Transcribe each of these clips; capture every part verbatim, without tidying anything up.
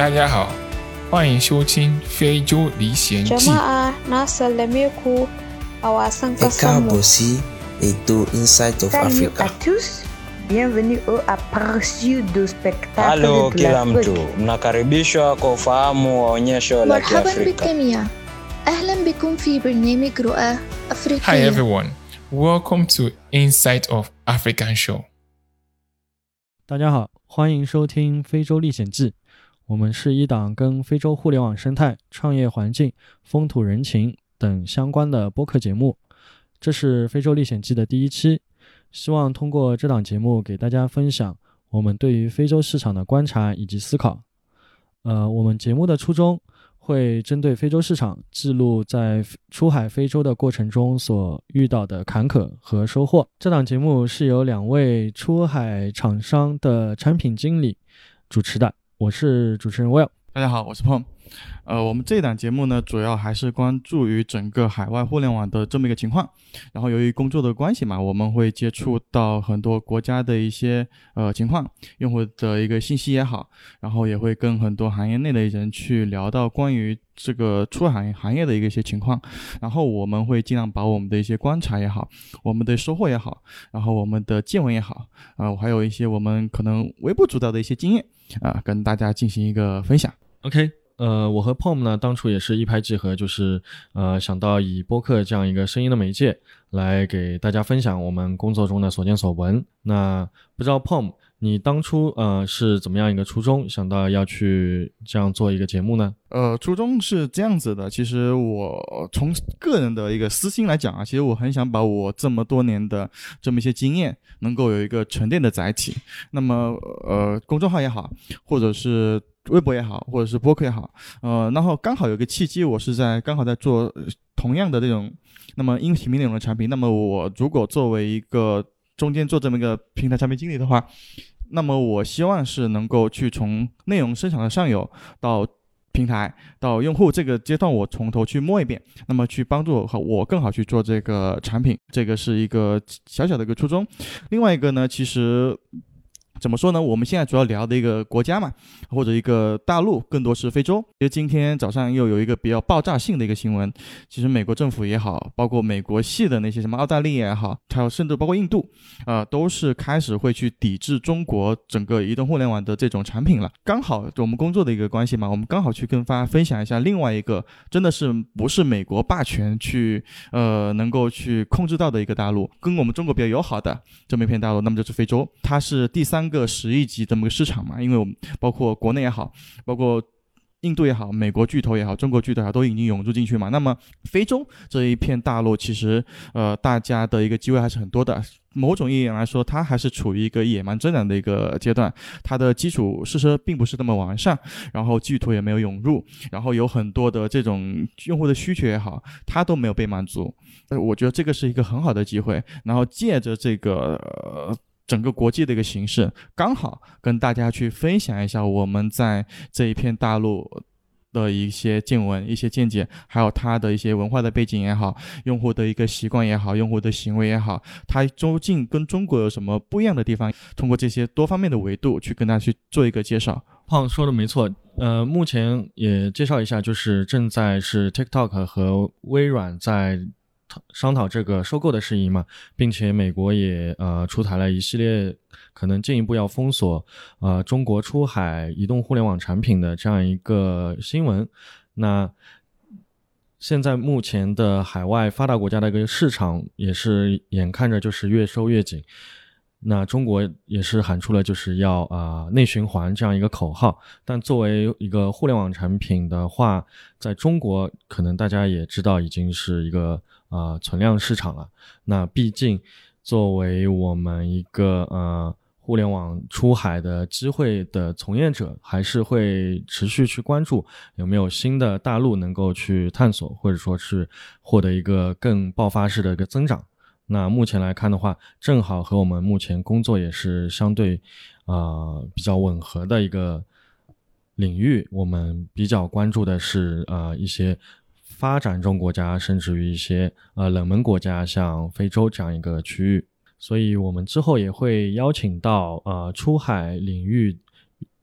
大家好，欢迎收听非洲历险记。 Jama'a na sallame ku a wasan kasanmu. Eka Bossi itu Inside of Salut Africa. à tous, bienvenue au aperçu du spectacle Halo de kila l'Afrique. mtu, mnakaribishwa kwa ufahamu wa onyesho la مرحبا Kiafrika. بالجميع. أهلا بكم في برنامج رؤى Hi أفريقية. everyone, welcome to Inside of African Show. 大家好，欢迎收听非洲历险记。我们是一档跟非洲互联网生态、创业环境、风土人情等相关的播客节目。这是非洲历险记的第一期，希望通过这档节目给大家分享我们对于非洲市场的观察以及思考。呃，我们节目的初衷会针对非洲市场记录在出海非洲的过程中所遇到的坎坷和收获。这档节目是由两位出海厂商的产品经理主持的，我是主持人 Will。 大家好，我是 Pom。 呃，我们这档节目呢，主要还是关注于整个海外互联网的这么一个情况。然后由于工作的关系嘛，我们会接触到很多国家的一些呃情况，用户的一个信息也好，然后也会跟很多行业内的人去聊到关于这个出海行业的一个一些情况。然后我们会尽量把我们的一些观察也好，我们的收获也好，然后我们的见闻也好，啊、呃，还有一些我们可能微不足道的一些经验啊、呃，跟大家进行一个分享。 OK， 呃，我和 Pom 呢，当初也是一拍即合，就是呃想到以播客这样一个声音的媒介来给大家分享我们工作中的所见所闻。那不知道 Pom 你当初呃是怎么样一个初衷，想到要去这样做一个节目呢？ 呃，初衷是这样子的，其实我从个人的一个私心来讲啊，其实我很想把我这么多年的这么一些经验能够有一个沉淀的载体。那么呃，公众号也好，或者是微博也好，或者是播客也好，呃，然后刚好有个契机，我是在刚好在做同样的这种那么音频内容的产品。那么我如果作为一个中间做这么一个平台产品经理的话，那么我希望是能够去从内容生产的上游到平台到用户这个阶段，我从头去摸一遍，那么去帮助我更好去做这个产品，这个是一个小小的一个初衷。另外一个呢，其实怎么说呢，我们现在主要聊的一个国家嘛，或者一个大陆，更多是非洲。其实今天早上又有一个比较爆炸性的一个新闻，其实美国政府也好，包括美国系的那些什么澳大利亚也好，还有甚至包括印度呃，都是开始会去抵制中国整个移动互联网的这种产品了。刚好我们工作的一个关系嘛，我们刚好去跟大家分享一下另外一个真的是不是美国霸权去呃能够去控制到的一个大陆，跟我们中国比较友好的这么一片大陆，那么就是非洲。它是第三个十亿级这么个市场嘛，因为我们包括国内也好，包括印度也好，美国巨头也好，中国巨头也好，都已经涌入进去嘛。那么非洲这一片大陆，其实呃大家的一个机会还是很多的。某种意义来说，它还是处于一个野蛮增长的一个阶段，它的基础设施并不是那么完善，然后巨头也没有涌入，然后有很多的这种用户的需求也好，它都没有被满足。我觉得这个是一个很好的机会，然后借着这个呃整个国际的一个形势，刚好跟大家去分享一下我们在这一片大陆的一些见闻、一些见解，还有它的一些文化的背景也好，用户的一个习惯也好，用户的行为也好，它究竟跟中国有什么不一样的地方，通过这些多方面的维度去跟大家去做一个介绍。 胖说的没错，呃，目前也介绍一下，就是正在是 TikTok 和微软在商讨这个收购的事宜嘛，并且美国也呃出台了一系列可能进一步要封锁呃中国出海移动互联网产品的这样一个新闻。那现在目前的海外发达国家的一个市场也是眼看着就是越收越紧，那中国也是喊出了就是要啊、呃、内循环这样一个口号。但作为一个互联网产品的话，在中国可能大家也知道已经是一个啊、呃、存量市场了。那毕竟作为我们一个呃互联网出海的机会的从业者，还是会持续去关注有没有新的大陆能够去探索，或者说是获得一个更爆发式的一个增长。那目前来看的话，正好和我们目前工作也是相对呃比较吻合的一个领域。我们比较关注的是呃一些发展中国家，甚至于一些呃冷门国家，像非洲这样一个区域。所以我们之后也会邀请到呃出海领域比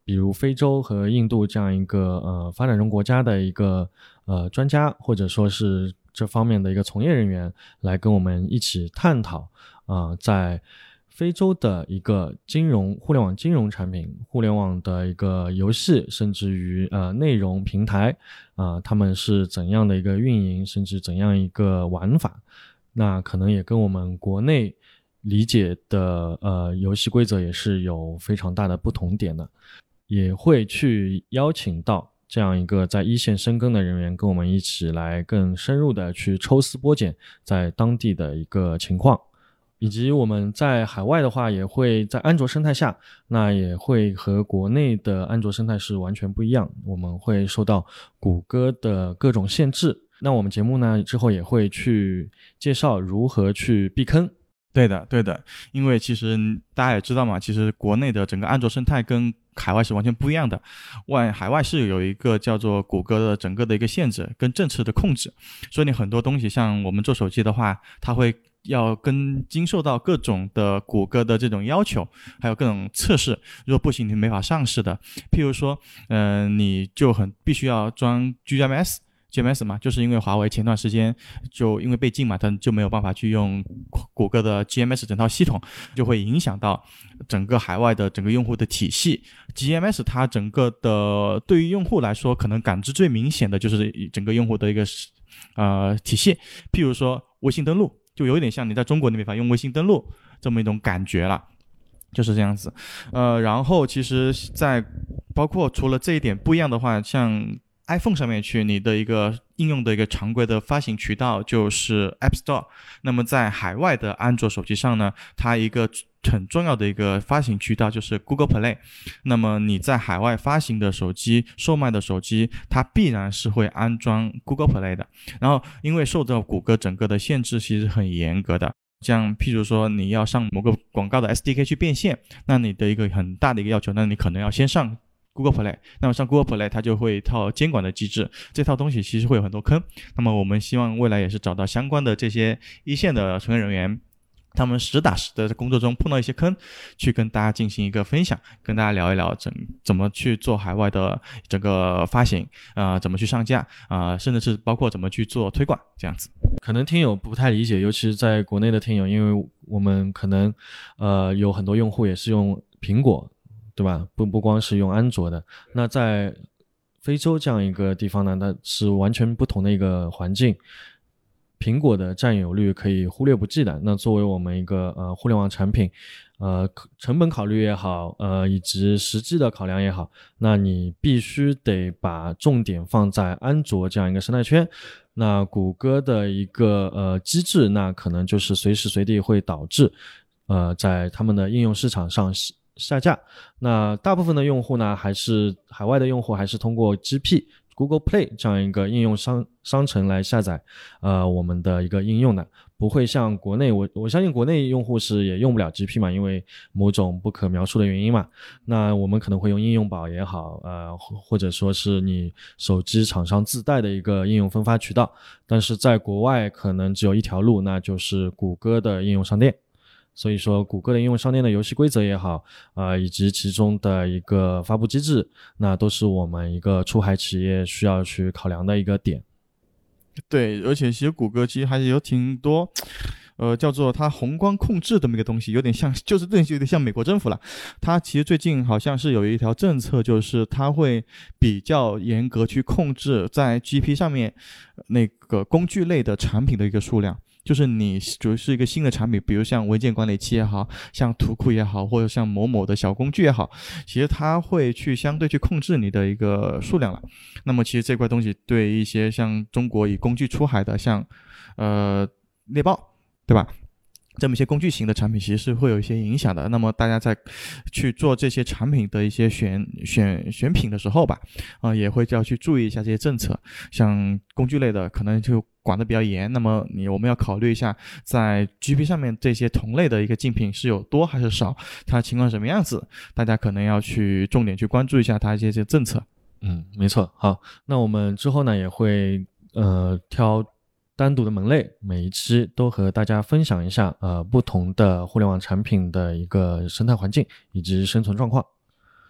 比如非洲和印度这样一个呃发展中国家的一个呃专家，或者说是这方面的一个从业人员来跟我们一起探讨啊、呃，在非洲的一个金融互联网金融产品、互联网的一个游戏，甚至于呃内容平台啊、呃，他们是怎样的一个运营，甚至怎样一个玩法，那可能也跟我们国内理解的呃游戏规则也是有非常大的不同点的，也会去邀请到这样一个在一线深耕的人员跟我们一起来更深入的去抽丝剥茧在当地的一个情况，以及我们在海外的话也会在安卓生态下，那也会和国内的安卓生态是完全不一样，我们会受到谷歌的各种限制，那我们节目呢之后也会去介绍如何去避坑。 对的对的，因为其实大家也知道嘛，其实国内的整个安卓生态跟海外是完全不一样的，外海外是有一个叫做谷歌的整个的一个限制跟政策的控制，所以你很多东西像我们做手机的话，它会要跟经受到各种的谷歌的这种要求，还有各种测试，如果不行你没法上市的。譬如说呃，你就很必须要装 G M S G M S 嘛，就是因为华为前段时间就因为被禁嘛，它就没有办法去用谷歌的 G M S 整套系统，就会影响到整个海外的整个用户的体系。G M S 它整个的对于用户来说，可能感知最明显的就是整个用户的一个呃体系。譬如说微信登录，就有点像你在中国你没法用微信登录这么一种感觉了。就是这样子，呃，然后其实在包括除了这一点不一样的话，像iPhone 上面去，你的一个应用的一个常规的发行渠道就是 App Store。那么在海外的安卓手机上呢，它一个很重要的一个发行渠道就是 Google Play。那么你在海外发行的手机、售卖的手机，它必然是会安装 Google Play 的。然后因为受到谷歌整个的限制，其实很严格的。像譬如说你要上某个广告的 S D K 去变现，那你的一个很大的一个要求，那你可能要先上Google Play， 那么上 Google Play 它就会一套监管的机制，这套东西其实会有很多坑。那么我们希望未来也是找到相关的这些一线的从业人员，他们实打实的在工作中碰到一些坑，去跟大家进行一个分享，跟大家聊一聊怎怎么去做海外的整个发行啊、呃，怎么去上架啊、呃，甚至是包括怎么去做推广这样子。 可能听友不太理解，尤其是在国内的听友，因为我们可能呃有很多用户也是用苹果，对吧？不不光是用安卓的，那在非洲这样一个地方呢，它是完全不同的一个环境，苹果的占有率可以忽略不计的。那作为我们一个呃互联网产品，呃成本考虑也好，呃以及实际的考量也好，那你必须得把重点放在安卓这样一个生态圈。那谷歌的一个呃机制，那可能就是随时随地会导致呃在他们的应用市场上下架。那大部分的用户呢，还是海外的用户还是通过 G P、Google Play 这样一个应用商商城来下载呃我们的一个应用的，不会像国内，我我相信国内用户是也用不了 G P 嘛，因为某种不可描述的原因嘛。那我们可能会用应用宝也好，呃或者说是你手机厂商自带的一个应用分发渠道，但是在国外可能只有一条路，那就是谷歌的应用商店。所以说谷歌的应用商店的游戏规则也好，呃，以及其中的一个发布机制，那都是我们一个出海企业需要去考量的一个点。 对，而且其实谷歌其实还是有挺多呃，叫做它宏观控制这么一个东西，有点像，就是有点像美国政府了。它其实最近好像是有一条政策，就是它会比较严格去控制在 G P 上面那个工具类的产品的一个数量。就是你就是一个新的产品，比如像文件管理器也好，像图库也好，或者像某某的小工具也好，其实它会去相对去控制你的一个数量了。那么其实这块东西对一些像中国以工具出海的，像呃猎豹，对吧？这么一些工具型的产品其实是会有一些影响的。那么大家在去做这些产品的一些选选选品的时候吧，啊、呃，也会要去注意一下这些政策。像工具类的可能就管得比较严，那么你我们要考虑一下，在 G P 上面这些同类的一个竞品是有多还是少，它情况什么样子，大家可能要去重点去关注一下它这些政策。 嗯，没错。好，那我们之后呢也会呃挑单独的门类，每一期都和大家分享一下呃不同的互联网产品的一个生态环境以及生存状况。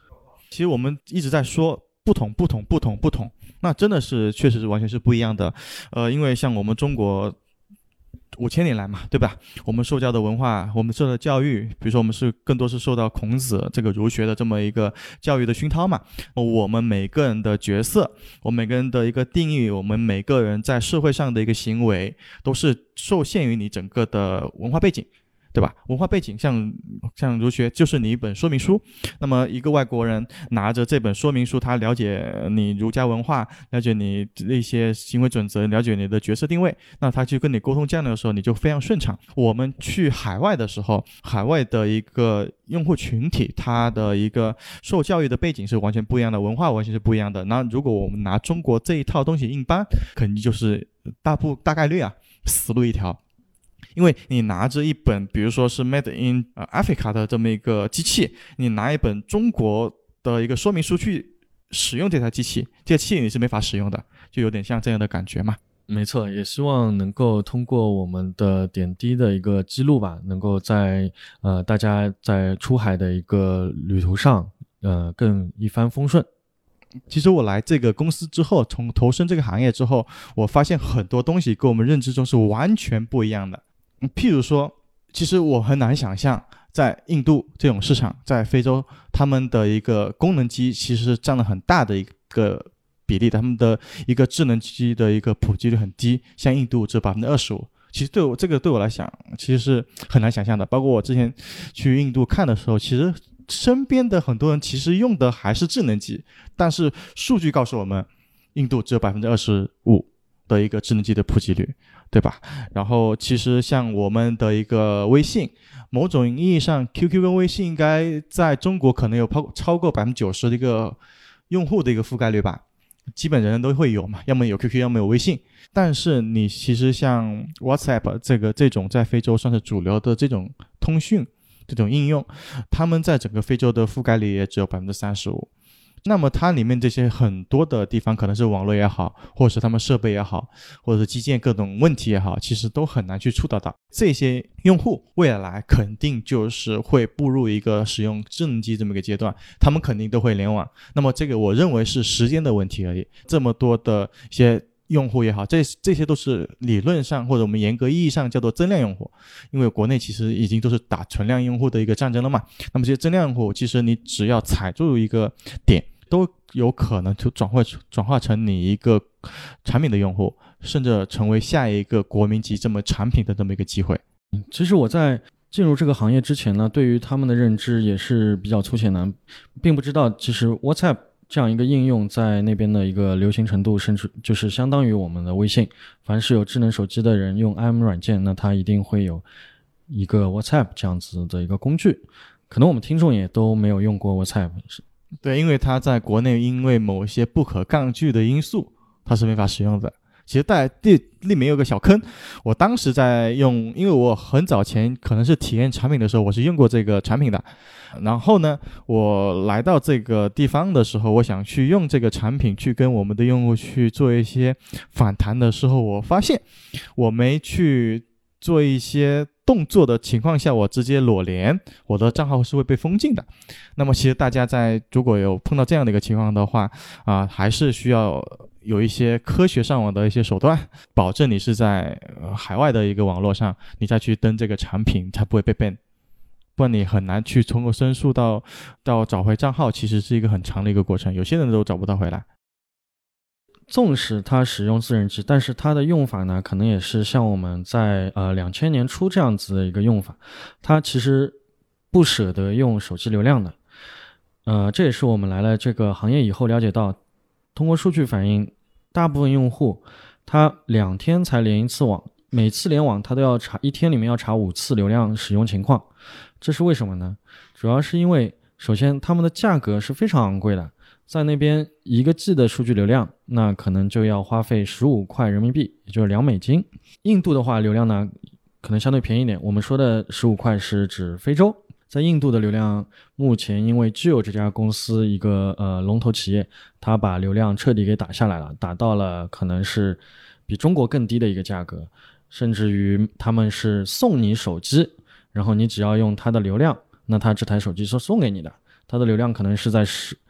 其实我们一直在说不同不同不同不同，那真的是确实是完全是不一样的。呃，因为像我们中国五千年来嘛，对吧？我们受教的文化，我们受的教育，比如说我们是更多是受到孔子这个儒学的这么一个教育的熏陶嘛。我们每个人的角色，我们每个人的一个定义，我们每个人在社会上的一个行为，都是受限于你整个的文化背景。对吧？文化背景像像儒学就是你一本说明书，那么一个外国人拿着这本说明书，他了解你儒家文化，了解你一些行为准则，了解你的角色定位，那他去跟你沟通交流的时候，你就非常顺畅。我们去海外的时候，海外的一个用户群体，他的一个受教育的背景是完全不一样的，文化完全是不一样的。那如果我们拿中国这一套东西硬搬，肯定就是大部大概率啊死路一条。因为你拿着一本比如说是 Made in Africa 的这么一个机器，你拿一本中国的一个说明书去使用这台机器，这台机器你是没法使用的，就有点像这样的感觉嘛。 没错，也希望能够通过我们的点滴的一个记录吧，能够在呃大家在出海的一个旅途上呃更一帆风顺。 其实我来这个公司之后，从投身这个行业之后，我发现很多东西跟我们认知中是完全不一样的。譬如说，其实我很难想象在印度这种市场，在非洲他们的一个功能机其实是占了很大的一个比例的，他们的一个智能机的一个普及率很低，像印度只有 百分之二十五。 其实对我这个对我来讲其实是很难想象的。包括我之前去印度看的时候，其实身边的很多人其实用的还是智能机，但是数据告诉我们印度只有 百分之二十五 的一个智能机的普及率，对吧？然后其实像我们的一个微信，某种意义上 Q Q 跟微信应该在中国可能有超过 百分之九十 的一个用户的一个覆盖率吧，基本人人都会有嘛，要么有 Q Q 要么有微信。但是你其实像 WhatsApp 这个这种在非洲算是主流的这种通讯这种应用，他们在整个非洲的覆盖率也只有 百分之三十五。那么它里面这些很多的地方，可能是网络也好，或者是他们设备也好，或者是基建各种问题也好，其实都很难去触达到。这些用户未来肯定就是会步入一个使用智能机这么一个阶段，他们肯定都会联网。那么这个我认为是时间的问题而已。这么多的一些用户也好，这这些都是理论上或者我们严格意义上叫做增量用户，因为国内其实已经都是打存量用户的一个战争了嘛。那么这些增量用户，其实你只要踩住一个点，都有可能就转化转化成你一个产品的用户，甚至成为下一个国民级这么产品的这么一个机会。 其实我在进入这个行业之前呢，对于他们的认知也是比较粗浅的，并不知道其实 WhatsApp 这样一个应用在那边的一个流行程度，甚至就是相当于我们的微信。凡是有智能手机的人用 I M 软件，那他一定会有一个 WhatsApp 这样子的一个工具。可能我们听众也都没有用过 WhatsApp。 对，因为它在国内因为某些不可抗拒的因素，它是没法使用的。其实在里面有个小坑，我当时在用，因为我很早前可能是体验产品的时候，我是用过这个产品的。然后呢，我来到这个地方的时候，我想去用这个产品去跟我们的用户去做一些访谈的时候，我发现我没去做一些动作的情况下，我直接裸连，我的账号是会被封禁的。那么其实大家在如果有碰到这样的一个情况的话啊、呃，还是需要有一些科学上网的一些手段，保证你是在、呃、海外的一个网络上，你再去登这个产品才不会被 ban， 不然你很难去通过申诉到到找回账号，其实是一个很长的一个过程，有些人都找不到回来。 纵使它使用自然机，但是它的用法呢，可能也是像我们在呃两千年初这样子的一个用法，它其实不舍得用手机流量的。呃，这也是我们来了这个行业以后了解到，通过数据反映，大部分用户他两天才连一次网，每次连网他都要查，一天里面要查五次流量使用情况。这是为什么呢？主要是因为首先他们的价格是非常昂贵的。在那边一个 G 的数据流量，那可能就要花费十五块人民币，也就是两美金。印度的话，流量呢可能相对便宜一点。我们说的十五块是指非洲，在印度的流量目前因为Jio这家公司一个呃龙头企业，它把流量彻底给打下来了，打到了可能是比中国更低的一个价格，甚至于他们是送你手机，然后你只要用它的流量，那它这台手机是送给你的，它的流量可能是在十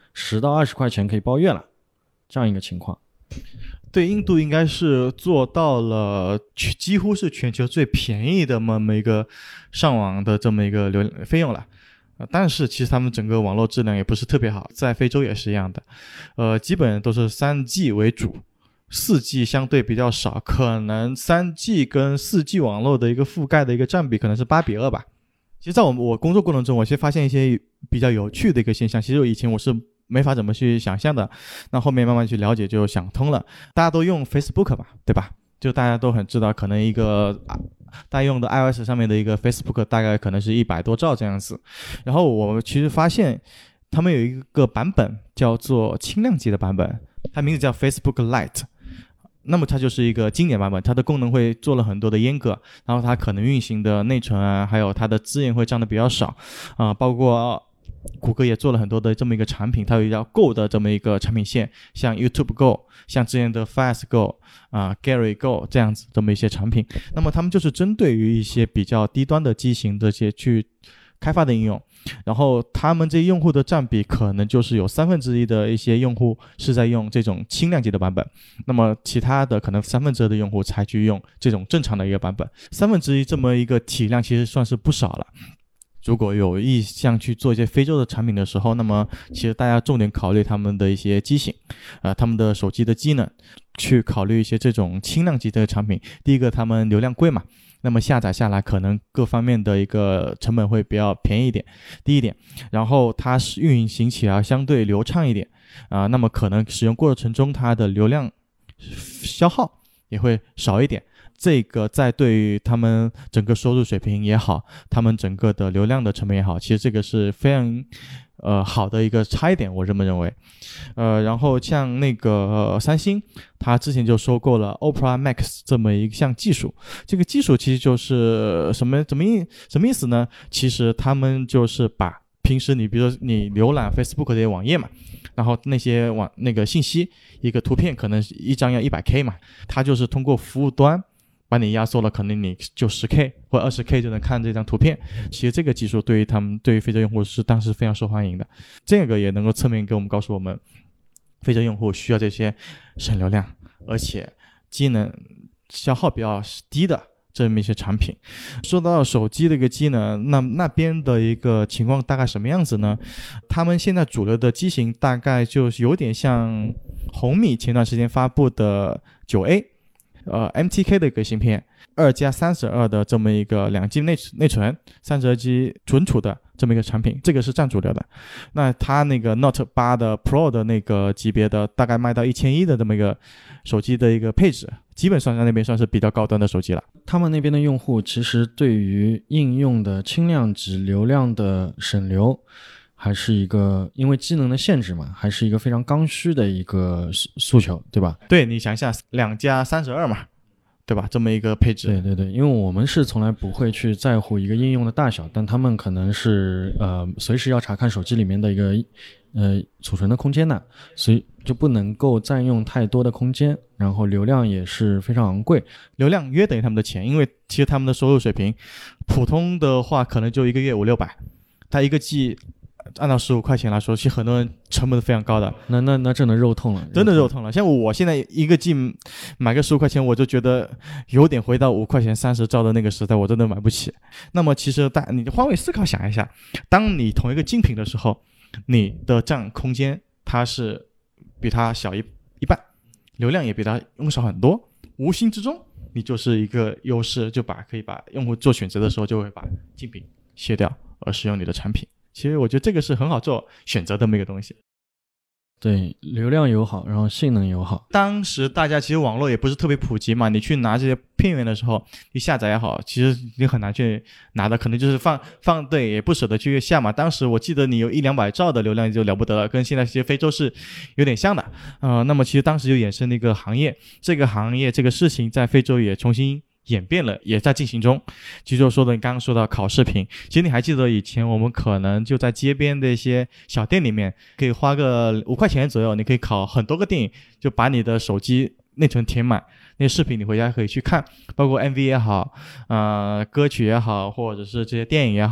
十到二十块钱可以包月了，这样一个情况。 对，印度应该是做到了几乎是全球最便宜的这么一个上网的这么一个流费用了。但是其实他们整个网络质量也不是特别好，在非洲也是一样的，呃，基本都是 三 G 为主， 四 G 相对比较少，可能 三 G 跟 四 G 网络的一个覆盖的一个占比可能是八比二吧。其实在我我工作过程中，我先发现一些比较有趣的一个现象，其实以前我是没法怎么去想象的，那后面慢慢去了解就想通了。大家都用 Facebook 嘛，对吧？就大家都很知道，可能一个大家用的 iOS 上面的一个 Facebook 大概可能是一百多兆这样子。然后我们其实发现他们有一个版本叫做轻量级的版本，它名字叫 Facebook Lite， 那么它就是一个经典版本，它的功能会做了很多的阉割，然后它可能运行的内存啊，还有它的资源会占的比较少啊、呃，包括谷歌也做了很多的这么一个产品，它有一条 Go 的这么一个产品线，像 YouTube Go， 像之前的 Fast Go 啊、呃、Gary Go 这样子这么一些产品。那么他们就是针对于一些比较低端的机型这些去开发的应用，然后他们这些用户的占比可能就是有三分之一的一些用户是在用这种轻量级的版本，那么其他的可能三分之二的用户才去用这种正常的一个版本，三分之一这么一个体量其实算是不少了。如果有意向去做一些非洲的产品的时候，那么其实大家重点考虑他们的一些机型，呃，他们的手机的机能，去考虑一些这种轻量级的产品。第一个，他们流量贵嘛，那么下载下来可能各方面的一个成本会比较便宜一点，第一点。然后它是运行起来相对流畅一点啊、呃，那么可能使用过程中它的流量消耗也会少一点。这个在对于他们整个收入水平也好，他们整个的流量的成本也好，其实这个是非常呃好的一个差异点，我这么认为。呃，然后像那个、呃、三星，它之前就收购了 Opera Max 这么一项技术，这个技术其实就是什么怎么意什么意思呢？其实他们就是把平时你比如说你浏览 Facebook 这些网页嘛，然后那些网那个信息，一个图片可能一张要 一百K 嘛，它就是通过服务端把你压缩了，可能你就 十K 或 二十K 就能看这张图片。其实这个技术对于他们对于非洲用户是当时非常受欢迎的，这个也能够侧面给我们告诉我们，非洲用户需要这些省流量而且机能消耗比较低的这么一些产品。说到手机的一个机能，那那边的一个情况大概什么样子呢？他们现在主流的机型大概就是有点像红米前段时间发布的 九 A，呃 M T K 的一个芯片，二加三十二的这么一个两 G 内内存，三十二 G 存储的这么一个产品，这个是占主流的。那它那个 Note 八的 Pro 的那个级别的，大概卖到一千一的这么一个手机的一个配置，基本上在那边算是比较高端的手机了。 他们那边的用户其实对于应用的轻量级、流量的省流，还是一个因为机能的限制嘛，还是一个非常刚需的一个诉求，对吧？ 对，你想一下，两加三十二嘛，对吧？这么一个配置。 对对对，因为我们是从来不会去在乎一个应用的大小，但他们可能是呃随时要查看手机里面的一个呃储存的空间的，所以就不能够占用太多的空间，然后流量也是非常昂贵， 流量约等于他们的钱，因为其实他们的收入水平，普通的话可能就一个月五六百，他一个 G。按照十五块钱来说，其实很多人成本是非常高的。 那那那真的肉痛了， 真的肉痛了。像我现在一个 G 买个十五块钱，我就觉得有点回到五块钱三十兆的那个时代，我真的买不起。那么其实大你换位思考想一下，当你同一个竞品的时候，你的占空间它是比它小一一半，流量也比它用少很多，无形之中你就是一个优势，就把可以把用户做选择的时候就会把竞品卸掉，而使用你的产品。其实我觉得这个是很好做选择的这么一个东西。 对，流量友好，然后性能友好。 当时大家其实网络也不是特别普及嘛，你去拿这些片源的时候，你下载也好，其实你很难去拿的，可能就是放放对，也不舍得去下嘛。当时我记得你有一两百兆的流量就了不得了，跟现在这些非洲是有点像的。呃，那么其实当时就衍生了一个行业，这个行业这个事情在非洲也重新演变了，也在进行中。其实就说的，你刚刚说到考视频，其实你还记得以前我们可能就在街边的一些小店里面，可以花个五块钱左右，你可以考很多个电影，就把你的手机内存填满，那些视频你回家可以去看，包括 M V 也好，呃，歌曲也好，或者是这些电影也好。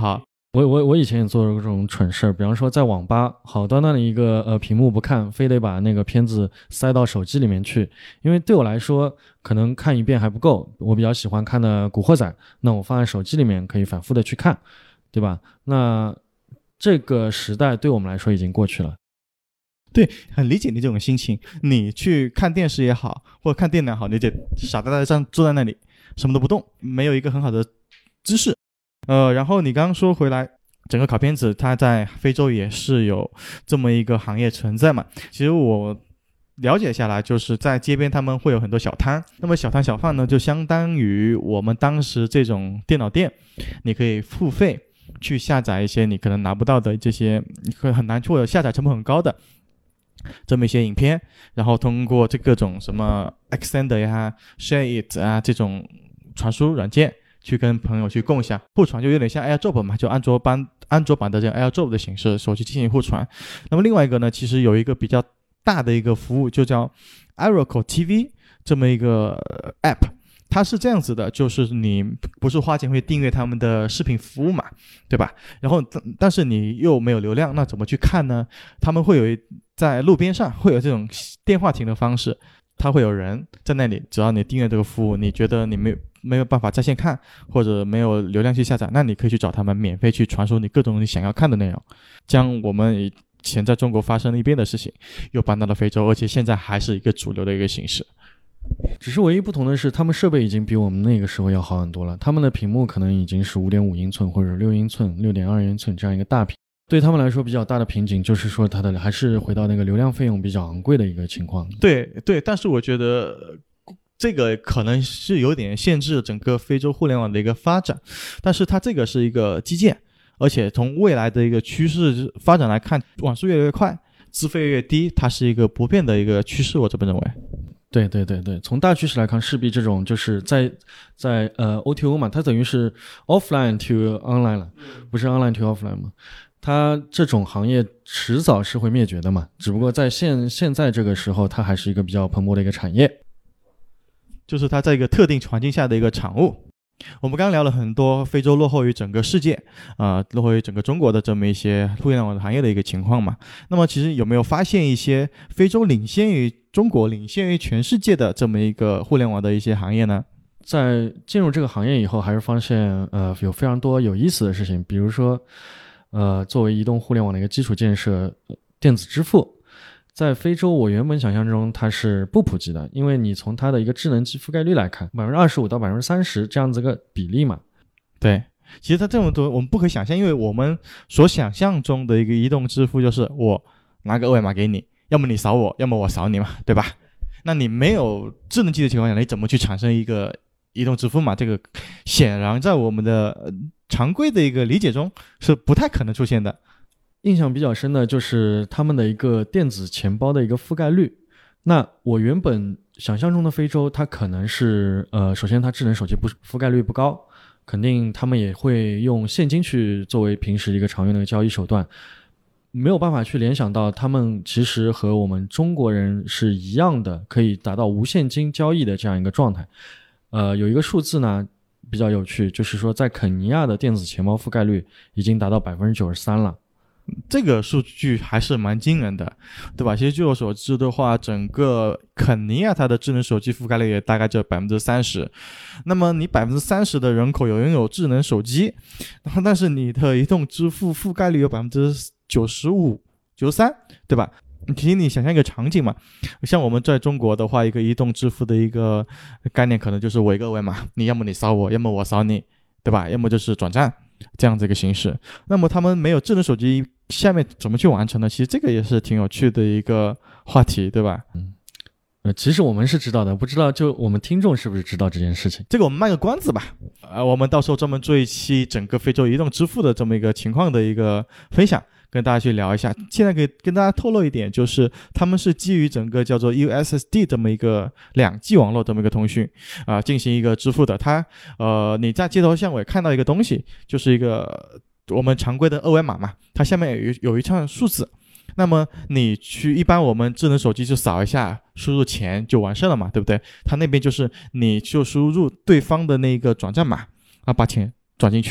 我我我以前也做过这种蠢事儿，比方说在网吧好端端的一个呃屏幕不看，非得把那个片子塞到手机里面去，因为对我来说可能看一遍还不够，我比较喜欢看的古惑仔，那我放在手机里面可以反复的去看，对吧？那这个时代对我们来说已经过去了。 对，很理解你这种心情。你去看电视也好，或者看电脑好，你得傻呆呆站坐在那里，什么都不动，没有一个很好的姿势。呃，然后你刚刚说回来，整个烤片子它在非洲也是有这么一个行业存在嘛。其实我了解下来，就是在街边他们会有很多小摊，那么小摊小贩呢，就相当于我们当时这种电脑店，你可以付费去下载一些你可能拿不到的这些很难或者下载成本很高的这么一些影片，然后通过这各种什么 Extender 呀 Share It 啊这种传输软件去跟朋友去共享互传，就有点像 AirDrop 嘛，就安卓版安卓版的这种 AirDrop 的形式，手机进行互传。那么另外一个呢，其实有一个比较大的一个服务，就叫 Oracle T V 这么一个 App， 它是这样子的，就是你不是花钱会订阅他们的视频服务嘛，对吧？然后但是你又没有流量，那怎么去看呢？他们会有一在路边上会有这种电话亭的方式，他会有人在那里，只要你订阅这个服务，你觉得你没有没有办法在线看，或者没有流量去下载，那你可以去找他们免费去传输你各种你想要看的内容，将我们以前在中国发生了一遍的事情又搬到了非洲，而且现在还是一个主流的一个形式。 只是唯一不同的是，他们设备已经比我们那个时候要好很多了，他们的屏幕可能已经是 五点五英寸或者六英寸 六点二英寸这样一个大屏，对他们来说比较大的瓶颈就是说它的还是回到那个流量费用比较昂贵的一个情况。 对对，但是我觉得这个可能是有点限制整个非洲互联网的一个发展，但是它这个是一个基建，而且从未来的一个趋势发展来看，网速越来越快，资费越低，它是一个不变的一个趋势，我这么认为。 对对对对，从大趋势来看，势必这种就是在在呃 O T O 嘛，它等于是 offline to online 了，不是 online to offline 嘛。它这种行业迟早是会灭绝的嘛，只不过在现现在这个时候，它还是一个比较蓬勃的一个产业， 就是它在一个特定环境下的一个产物。我们刚刚聊了很多非洲落后于整个世界啊、呃，落后于整个中国的这么一些互联网行业的一个情况嘛。那么其实有没有发现一些非洲领先于中国、领先于全世界的这么一个互联网的一些行业呢？ 在进入这个行业以后，还是发现呃有非常多有意思的事情，比如说呃作为移动互联网的一个基础建设，电子支付。在非洲，我原本想象中它是不普及的，因为你从它的一个智能机覆盖率来看，百分之二十五到百分之三十这样子个比例嘛。 对，其实它这么多我们不可想象，因为我们所想象中的一个移动支付就是我拿个二维码给你，要么你扫我，要么我扫你嘛，对吧？那你没有智能机的情况下，你怎么去产生一个移动支付嘛？这个显然在我们的、呃、常规的一个理解中是不太可能出现的。 印象比较深的就是他们的一个电子钱包的一个覆盖率。那我原本想象中的非洲，它可能是呃，首先它智能手机不覆盖率不高，肯定他们也会用现金去作为平时一个常用的交易手段，没有办法去联想到他们其实和我们中国人是一样的，可以达到无现金交易的这样一个状态。呃，有一个数字呢比较有趣，就是说在肯尼亚的电子钱包覆盖率已经达到 百分之九十三 了。 这个数据还是蛮惊人的，对吧？其实据我所知的话，整个肯尼亚它的智能手机覆盖率也大概就 百分之三十。 那么你 百分之三十 的人口有拥有智能手机，然后但是你的移动支付覆盖率有 百分之九十五、九十三， 对吧？其实你想象一个场景嘛，像我们在中国的话，一个移动支付的一个概念可能就是我一个二维码，你要么你扫我，要么我扫你，对吧？要么就是转账这样子一个形式。那么他们没有智能手机，下面怎么去完成呢？其实这个也是挺有趣的一个话题，对吧？ 嗯，呃，其实我们是知道的，不知道就我们听众是不是知道这件事情？ 这个我们卖个关子吧。呃，我们到时候专门做一期整个非洲移动支付的这么一个情况的一个分享，跟大家去聊一下。现在可以跟大家透露一点，就是他们是基于整个叫做 U S S D 这么一个两 G 网络这么一个通讯啊、呃，进行一个支付的。它呃，你在街头巷尾看到一个东西，就是一个我们常规的二维码嘛，它下面有有一串数字。那么你去一般我们智能手机就扫一下，输入钱就完事了嘛，对不对？它那边就是你就输入对方的那个转账码啊，把钱转进去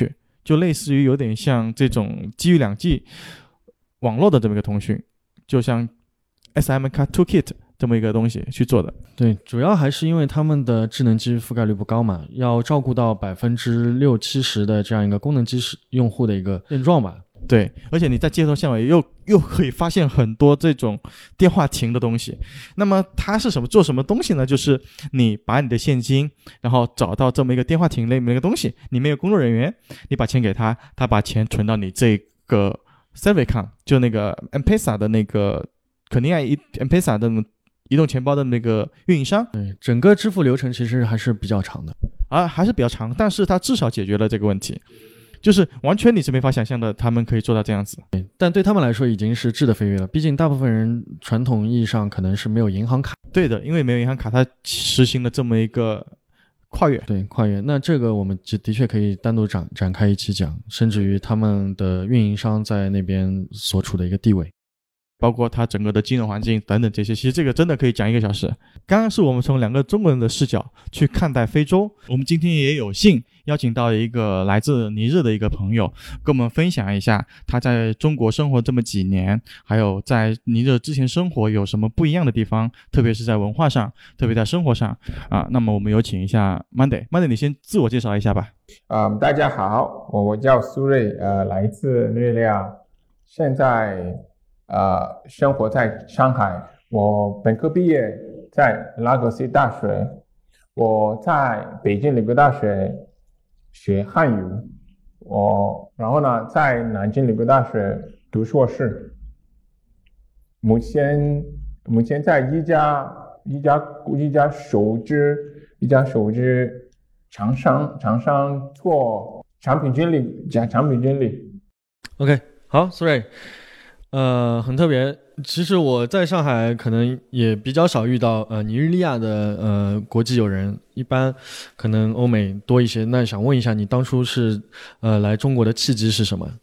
就类似于有点像这种基于两 G 网络的这么一个通讯，就像 S M K Toolkit 这么一个东西去做的。 对，主要还是因为他们的智能机覆盖率不高嘛，要照顾到百分之六七十的这样一个功能机用户的一个现状吧。 对，而且你在接头线尾又又可以发现很多这种电话亭的东西。那么它是什么做什么东西呢？就是你把你的现金，然后找到这么一个电话亭类面的一个东西，里面有工作人员，你把钱给他，他把钱存到你这个 Servicom， 就那个 M-Pesa 的那个肯尼亚 M-Pesa 的移动钱包的那个运营商。 对，整个支付流程其实还是比较长的啊，还是比较长，但是它至少解决了这个问题。就是完全你是没法想象的，他们可以做到这样子。 但对他们来说已经是质的飞跃了，毕竟大部分人传统意义上可能是没有银行卡。 对的，因为没有银行卡，它实行了这么一个跨越。 对，跨越。那这个我们的确可以单独展展开一期讲，甚至于他们的运营商在那边所处的一个地位， 包括它整个的金融环境等等这些，其实这个真的可以讲一个小时。刚刚是我们从两个中国人的视角去看待非洲，我们今天也有幸邀请到一个来自尼日的一个朋友，跟我们分享一下他在中国生活这么几年，还有在尼日之前生活有什么不一样的地方，特别是在文化上，特别在生活上啊。那么我们有请一下 Monday，Monday 你先自我介绍一下吧。 嗯，大家好，我我叫苏瑞，呃，来自尼日利亚，现在呃生活在上海。我本科毕业在拉格西大学，我在北京理工大学学汉语，我然后呢在南京理工大学读硕士。目前目前在一家一家一家手机一家手机厂商厂商做产品经理加产品经理。 OK， 好，苏瑞，呃，很特别。其实我在上海可能也比较少遇到呃尼日利亚的呃国际友人，一般可能欧美多一些。那想问一下，你当初是呃来中国的契机是什么？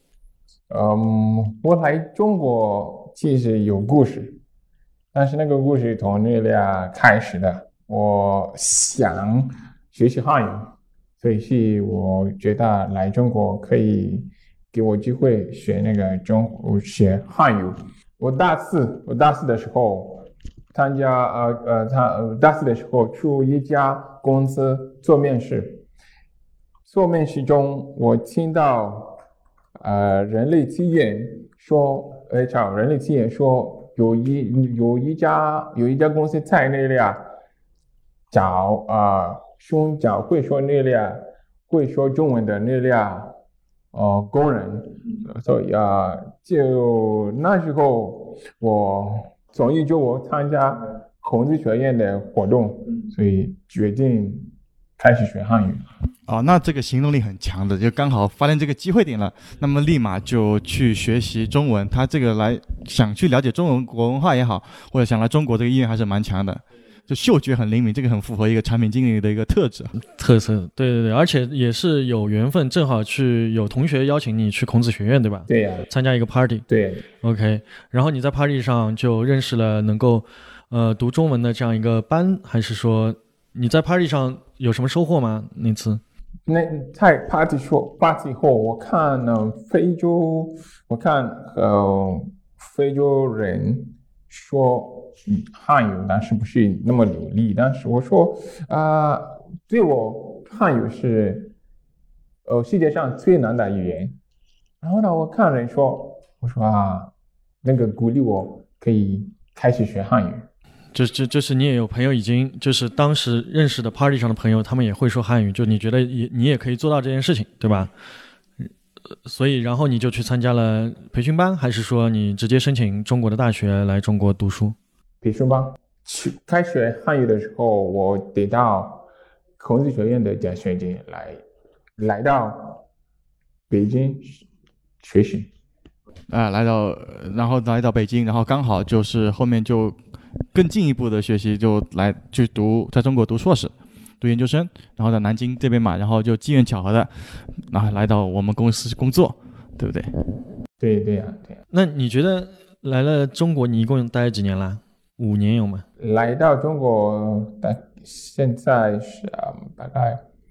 嗯，我来中国其实有故事，但是那个故事从尼日利亚开始的。我想学习汉语，所以是我觉得来中国可以给我机会学那个中学汉语。我大四，我大四的时候参加呃呃参呃大四的时候去一家公司做面试，做面试中我听到呃人力资源说，呃找人力资源说有一有一家有一家公司在尼日利亚找啊寻找会说尼日利亚会说中文的尼日利亚呃，工人，所以啊，就那时候我总意就我参加孔子学院的活动，所以决定开始学汉语。 哦，那这个行动力很强的，就刚好发现这个机会点了，那么立马就去学习中文。他这个来想去了解中文国文化也好，或者想来中国这个意愿还是蛮强的。就嗅觉很灵敏，这个很符合一个产品经理的一个特质特色。对对对，而且也是有缘分，正好去有同学邀请你去孔子学院，对吧？ 对呀、啊， 参加一个 party。 对 ，OK， 然后你在 party 上就认识了能够呃读中文的这样一个班，还是说你在 party 上有什么收获吗？那次？ 那在 party 说 party 后，我看呢非洲，我看呃非洲人说。汉语但是不是那么流利，但是我说啊、呃，对我汉语是呃世界上最难的语言。然后呢，我看人说，我说啊，那个鼓励我可以开始学汉语。 就就就是你也有朋友已经就是当时认识的 party 上的朋友，他们也会说汉语，就你觉得也你也可以做到这件事情，对吧？所以然后你就去参加了培训班，还是说你直接申请中国的大学来中国读书？ 培训班去开学汉语的时候，我得到孔子学院的奖学金来来到北京学习啊，来到然后来到北京，然后刚好就是后面就更进一步的学习，就来去读在中国读硕士、读研究生，然后在南京这边嘛，然后就机缘巧合的，然后来到我们公司工作，对不对？ 对对呀、啊，对呀、啊。 那你觉得来了中国，你一共待几年了？五年有吗？ 来到中国，但现在是、嗯、大概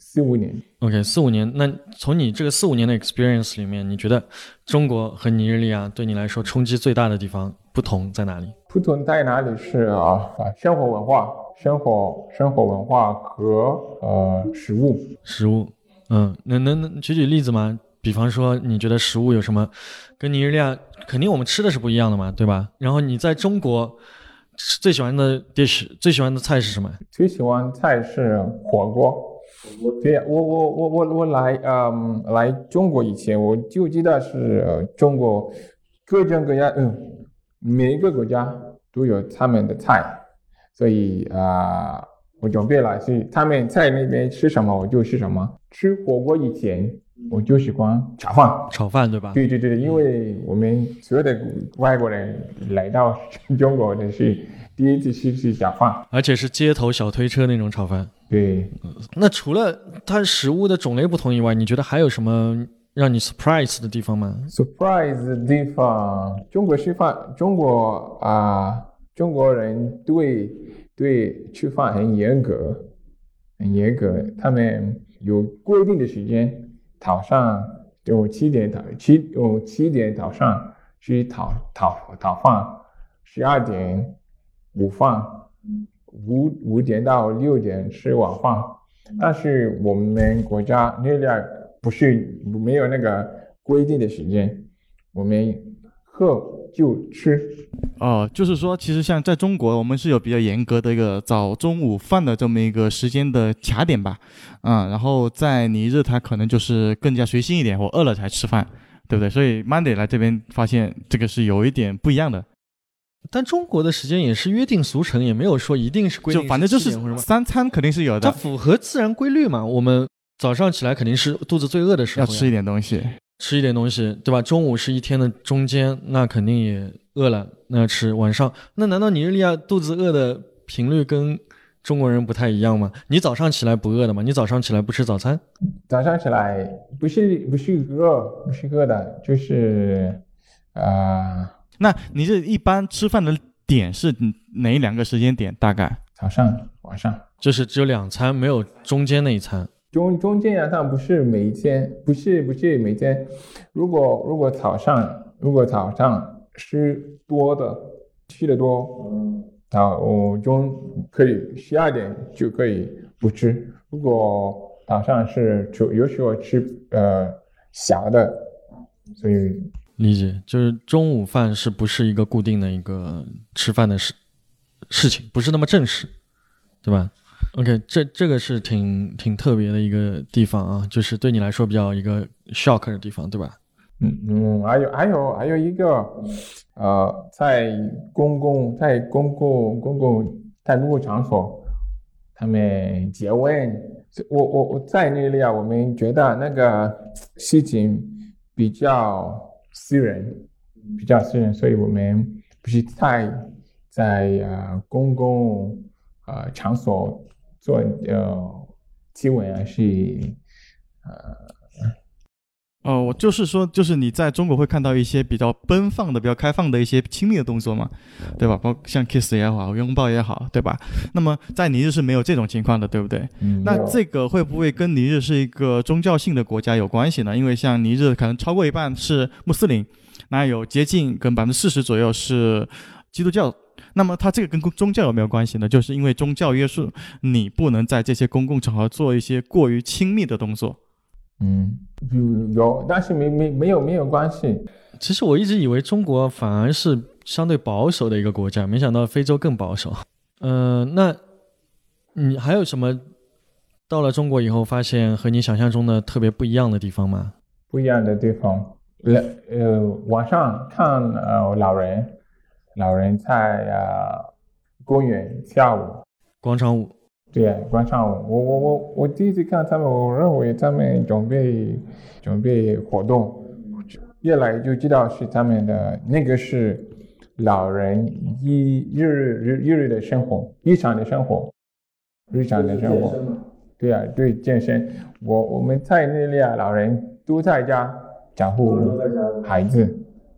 四五年。 OK， 四五年。那从你这个四五年的 experience 里面，你觉得中国和尼日利亚对你来说冲击最大的地方不同在哪里？ 不同在哪里是啊，生活文化、生活生活文化和呃食物。 食物，嗯，能能能举举例子吗？比方说，你觉得食物有什么跟尼日利亚肯定我们吃的是不一样的嘛，对吧？然后你在中国最喜欢的 dish 最喜欢的菜是什么？ 最喜欢菜是火锅。对呀，我我我我我来嗯来中国以前，我就记得是、呃、中国各种各样嗯每一个国家都有他们的菜，所以啊、呃、我准备了是他们在那边吃什么我就吃什么。吃火锅以前我就喜欢炒饭， 炒饭对吧？ 对对对，因为我们所有的外国人来到中国的是第一次吃是炒饭， 而且是街头小推车那种炒饭。 对， 那除了它食物的种类不同以外，你觉得还有什么让你 surprise 的地方吗 ？surprise 的地方，中国吃饭，中国啊、呃，中国人对对吃饭很严格，很严格，他们有规定的时间，早上有七点早七有七点早上吃早早早饭，十二点午饭。五五点到六点吃晚饭，但是我们国家尼日利亚不是没有那个规定的时间，我们喝就吃。 哦，就是说，其实像在中国，我们是有比较严格的一个早中午饭的这么一个时间的卡点吧，嗯，然后在尼日它可能就是更加随心一点，我饿了才吃饭，对不对？所以 Monday 来这边发现这个是有一点不一样的。 但中国的时间也是约定俗成，也没有说一定是规定， 就反正就是三餐肯定是有的， 它符合自然规律嘛。我们早上起来肯定是肚子最饿的时候， 要吃一点东西， 吃一点东西，对吧？中午是一天的中间，那肯定也饿了，那要吃。晚上，那难道尼日利亚肚子饿的频率跟中国人不太一样吗？你早上起来不饿的吗？你早上起来不吃早餐？ 早上起来不是不是饿，不是饿的，就是啊。呃那你这一般吃饭的点是哪两个时间点？大概早上、晚上， 就是只有两餐，没有中间那一餐。 中中间晚上不是每一天，不是不是每天。如果如果早上如果早上吃多的，吃的多，早我中可以十二点就可以不吃。如果早上是有时候吃呃小的，所以。 理解，就是中午饭是不是一个固定的一个吃饭的事事情，不是那么正式，对吧 ？OK， 这这个是挺挺特别的一个地方啊，就是对你来说比较一个 shock 的地方，对吧？ 嗯嗯，还有还有还有一个，呃，在公共在公共公共在公共场所，他们结婚，我我我在尼日利亚，我们觉得那个事情比较。私人比较私人，所以我们不是太在呃公共呃场所做呃亲吻啊，是呃哦，我就是说，就是你在中国会看到一些比较奔放的、比较开放的一些亲密的动作嘛，对吧？包括像 kiss 也好，拥抱也好，对吧？那么在尼日是没有这种情况的，对不对？ 嗯、 那这个会不会跟尼日是一个宗教性的国家有关系呢？因为像尼日可能超过一半是穆斯林，那有接近跟百分之四十左右是基督教。那么它这个跟宗教有没有关系呢？就是因为宗教约束你不能在这些公共场合做一些过于亲密的动作。 嗯，有，但是没没没有没有关系。 其实我一直以为中国反而是相对保守的一个国家，没想到非洲更保守。嗯、呃，那你还有什么到了中国以后发现和你想象中的特别不一样的地方吗？ 不一样的地方，呃，晚上看呃老人，老人在呃公园跳舞， 广场舞。 对，广场舞，我我我我第一次看他们，我认为他们准备准备活动，越来就知道是他们的那个是老人一日日日日的生活，日常的生活，日常的生活，对啊，对健身，我我们在尼日利亚老人都在家照顾孩子，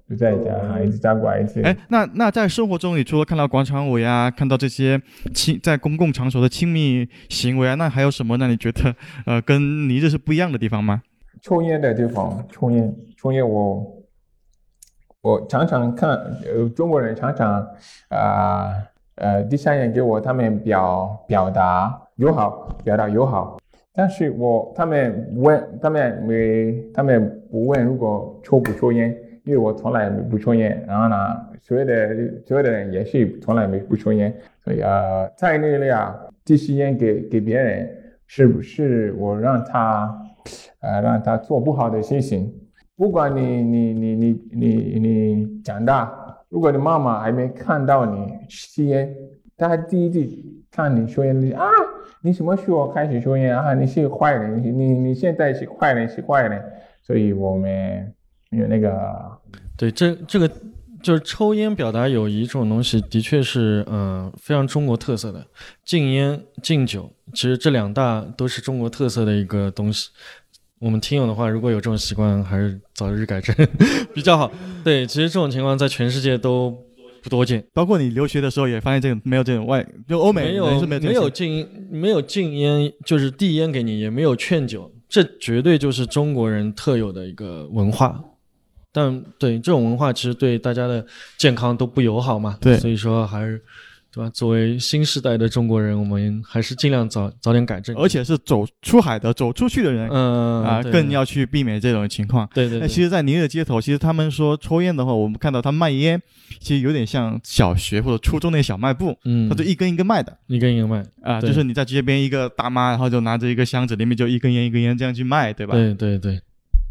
就在家一直在过一次。 哎，那那在生活中，你除了看到广场舞呀，看到这些亲在公共场所的亲密行为啊，那还有什么让你觉得呃跟尼日是不一样的地方吗？ 抽烟的地方，抽烟，抽烟我，我常常看，呃，中国人常常啊 呃, 呃第三人给我他们表表达友好，表达友好，但是我他们问他们没他们不问如果抽不抽烟，因为我从来不抽烟，然后呢，所有的所有的人也是从来没不抽烟，所以呃，在那里啊，递吸烟给给别人，是不是我让他。呃，让他做不好的事情。不管你你你你你你长大，如果你妈妈还没看到你吸烟，她第一次看你抽烟，啊，你什么时候开始抽烟啊？你是坏人，你你现在是坏人，是坏人。所以我们有那个， 对，这这个就是抽烟表达友谊这种东西，的确是嗯、呃、非常中国特色的。禁烟、禁酒，其实这两大都是中国特色的一个东西。我们听友的话，如果有这种习惯，还是早日改正比较好。对，其实这种情况在全世界都不多见， 包括你留学的时候也发现这个没有这种外，就欧美没有是没有没有禁没有禁烟，就是递烟给你，也没有劝酒，这绝对就是中国人特有的一个文化。但对这种文化，其实对大家的健康都不友好嘛。 对， 所以说还是。对吧？作为新时代的中国人，我们还是尽量早早点改正， 而且是走出海的、走出去的人， 嗯啊、呃，更要去避免这种情况。 对 对, 对。 那其实，在尼日街头，其实他们说抽烟的话，我们看到他卖烟，其实有点像小学或者初中那小卖部， 嗯， 他就一根一根卖的， 一根一根卖啊、呃，就是你在街边一个大妈，然后就拿着一个箱子，里面就一根烟一根烟这样去卖，对吧？ 对对对。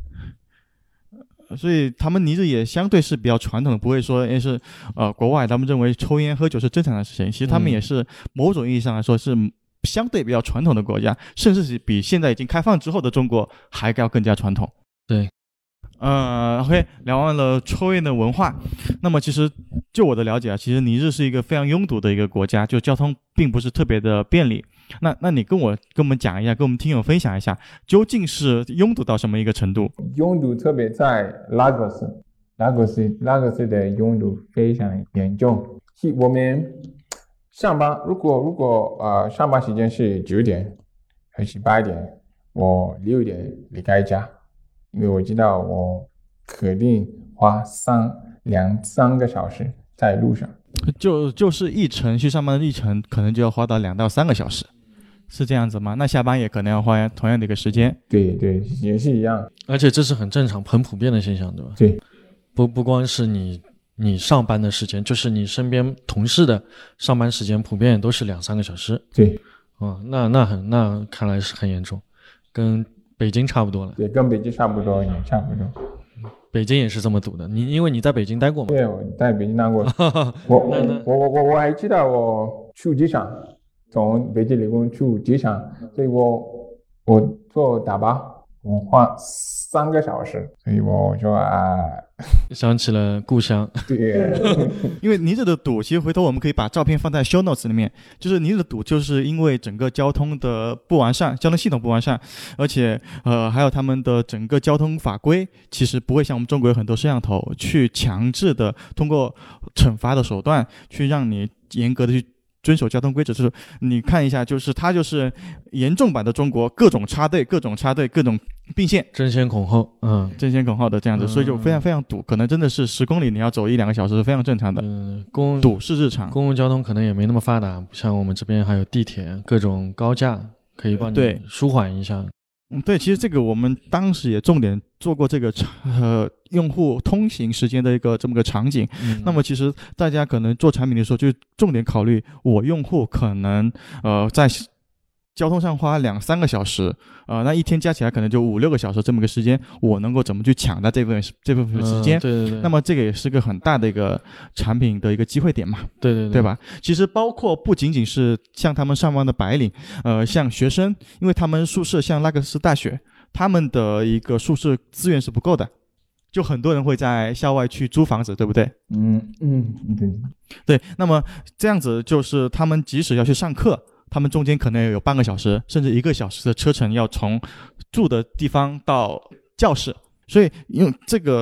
所以他们尼日也相对是比较传统的，不会说也是呃国外他们认为抽烟喝酒是正常的事情，其实他们也是某种意义上来说是相对比较传统的国家，甚至是比现在已经开放之后的中国还要更加传统。 对， 呃 OK 聊完了抽烟的文化，那么其实就我的了解啊，其实尼日是一个非常拥堵的一个国家，就交通并不是特别的便利。那那你跟我跟我们讲一下，跟我们听友分享一下，究竟是拥堵到什么一个程度？ 拥堵特别在拉各斯，拉各斯拉各斯的拥堵非常严重。我们上班如果如果呃上班时间是九点还是八点，我六点离开家，因为我知道我肯定花三两三个小时在路上。 就就是一程去上班的一程，可能就要花到两到三个小时。是这样子吗？那下班也可能要花同样的一个时间。 对对，也是一样。 而且这是很正常、很普遍的现象，对吧？ 对， 不不光是你你上班的时间，就是你身边同事的上班时间，普遍也都是两三个小时。 对， 哦，那那很那看来是很严重，跟北京差不多了。 对，跟北京差不多，也差不多。 北京也是这么堵的，你因为你在北京待过嘛？ 对，我在北京待过。我我我我我还记得我去机场。从北京理工去机场，所以我我坐大巴，我花三个小时，所以我说啊， 想起了故乡。 对， 因为尼日的堵，其实回头我们可以把照片放在 show notes 里面。就是尼日的堵，就是因为整个交通的不完善，交通系统不完善，而且呃还有他们的整个交通法规，其实不会像我们中国有很多摄像头去强制的通过惩罚的手段去让你严格的去。遵守交通规则，就是你看一下，就是它就是严重版的中国，各种插队，各种插队，各种并线， 争先恐后，嗯， 争先恐后的这样子，嗯、所以就非常非常堵，可能真的是十公里你要走一两个小时是非常正常的。 嗯，公堵是日常， 公共交通可能也没那么发达，不像我们这边还有地铁，各种高架可以帮你舒缓一下。 嗯，对，其实这个我们当时也重点做过这个呃用户通行时间的一个这么个场景。嗯、那么其实大家可能做产品的时候，就重点考虑我用户可能呃在交通上花两三个小时，呃，那一天加起来可能就五六个小时这么个时间，我能够怎么去抢到这部分这部分时间？ 嗯、对对对。 那么这个也是个很大的一个产品的一个机会点嘛。 对对对， 对吧？其实包括不仅仅是像他们上班的白领，呃，像学生，因为他们宿舍像拉各斯大学，他们的一个宿舍资源是不够的，就很多人会在校外去租房子，对不对？ 嗯嗯，对对。那么这样子就是他们即使要去上课。他们中间可能有半个小时甚至一个小时的车程要从住的地方到教室，所以用这个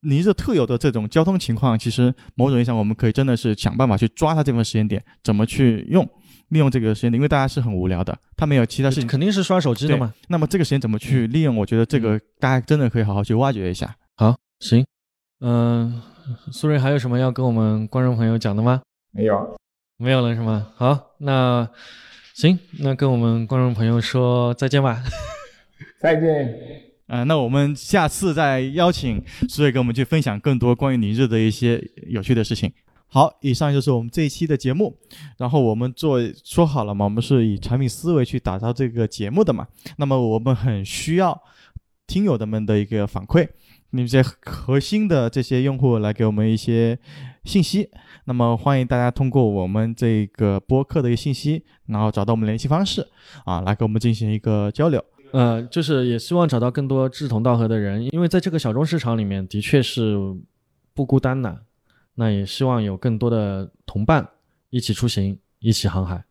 尼日特有的这种交通情况，其实某种意义上我们可以真的是想办法去抓它这份时间点，怎么去用利用这个时间点，因为大家是很无聊的，他没有其他事情， 肯定是刷手机的嘛。 那么这个时间怎么去利用，我觉得这个大家真的可以好好去挖掘一下。 好，行，嗯、呃，苏瑞还有什么要跟我们观众朋友讲的吗？ 没有， 没有了是吗？好，那行，那跟我们观众朋友说再见吧。 再见。 呃，那我们下次再邀请苏瑞跟我们去分享更多关于尼日的一些有趣的事情。好，以上就是我们这一期的节目。然后我们做说好了嘛，我们是以产品思维去打造这个节目的嘛。那么我们很需要听友的们的一个反馈，你们这些核心的这些用户来给我们一些信息。那么欢迎大家通过我们这个播客的一个信息，然后找到我们联系方式啊，来跟我们进行一个交流。 呃，就是也希望找到更多志同道合的人，因为在这个小众市场里面的确是不孤单的，那也希望有更多的同伴一起出行，一起航海。